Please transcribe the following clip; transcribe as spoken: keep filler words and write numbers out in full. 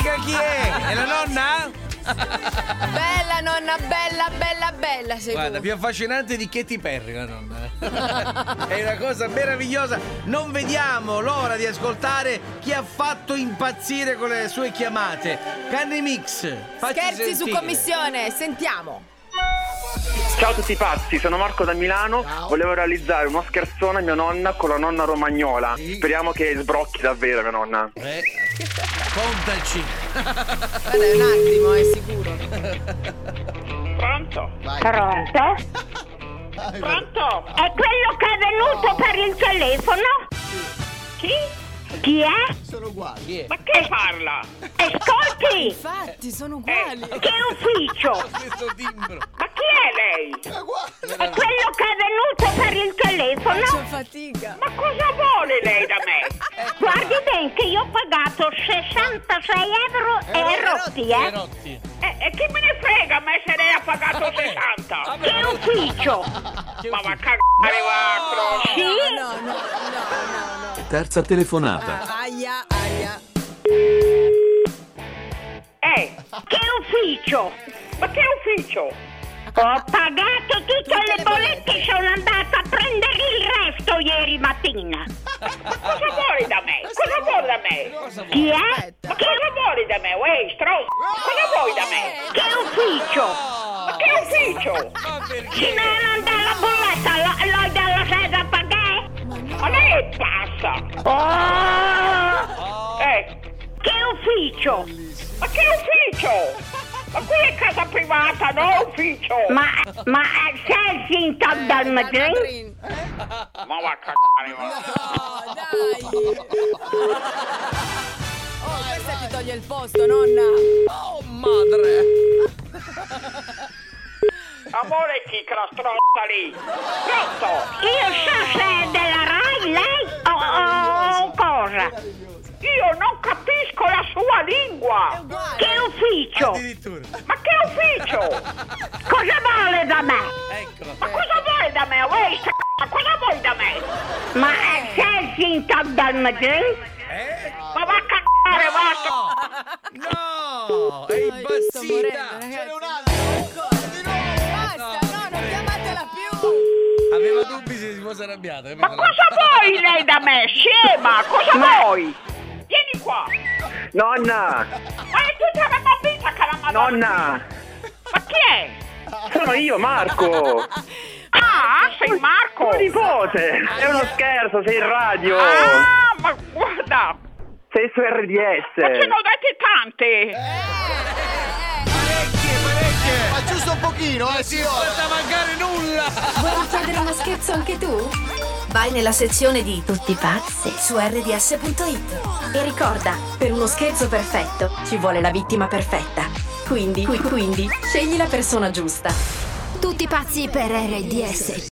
mica chi è? È la nonna? Bella nonna, bella, bella, bella sei Guarda, tu. più affascinante di Katy Perry la nonna. È una cosa meravigliosa. Non vediamo l'ora di ascoltare chi ha fatto impazzire con le sue chiamate. Canny Mix, facci Scherzi su sentire. commissione, sentiamo. Ciao a tutti pazzi, sono Marco da Milano. Volevo realizzare uno scherzone a mia nonna con la nonna romagnola. Speriamo che sbrocchi davvero mia nonna. Eh, contaci. Guarda, un attimo, è sicuro. Pronto? Pronto? Pronto? È quello che è venuto per il telefono? Chi? Chi è? Chi è? Ma che parla? Ascolti! Infatti, sono uguali. Che ufficio? Questo timbro. Ma chi è lei? È quello che è venuto per il telefono? Faccio fatica. Ma cosa vuole lei da me? Guardi bene che io ho pagato sessantasei euro e rotti, eh? Rotti. E, e chi me ne frega a me se lei ha pagato sessanta? Che ufficio? Ma va a cagare vostro! Sì? No, no, no, no, no. Terza telefonata. Aia, aia. Eh, Che ufficio? ma che ufficio? Ho pagato tutte le bollette e sono andata a prendere il resto ieri mattina. Cosa vuole da me? Cosa vuole da me? Chi è? Ma cosa vuole da me? Uè, stronzo! Cosa vuoi da me? Che ufficio? Ma che ufficio? Ma perché? Chi me ne manda la bolletta? Lo- L'ho dalla sede a pagare? Ma lei è pazza! Oh! Eh, Che ufficio? ma che ufficio? Ma qui è casa privata, no ufficio! Ma, ma sei il sindaco del Madrid? Madrin. Ma va a cagare, va. No, dai. Oh, questa ti toglie il posto, nonna. Oh, madre. Amore, chi che la stronza lì? Pronto? Io so se è della Rai, lei o, o cosa? Io non capisco la sua lingua! Che ufficio? Addirittura. Ma che ufficio? Cosa vuole da me? Eccolo. Ma cosa vuoi da me? Uè, sta c***a, cosa vuoi da me? Ma eh, sei il sindaco del Madrid? Eh? Ma va a cagare, basta! No! È Sto morendo, impazzita! ragazzi. Basta, no, non chiamatela più. Aveva dubbi se si fosse arrabbiata. Ma cosa vuoi lei da me? Scema, cosa vuoi? Vieni qua! Nonna! Ma è tutta la bambina che la madonna! Nonna! Ma chi è? Sono io, Marco! Ah, sei Marco! Tuo nipote! È uno scherzo, sei in radio! Ah, ma guarda! Sei su R D S! Ma ce ne ho dette tante! Parecchie, parecchie! Ma giusto un pochino, eh, Si è signora. fatta mancare nulla! Vuoi chiedere uno scherzo anche tu? Vai nella sezione di Tutti pazzi su erre di esse punto it e ricorda, per uno scherzo perfetto ci vuole la vittima perfetta. Quindi, qui- quindi, scegli la persona giusta. Tutti pazzi per erre di esse.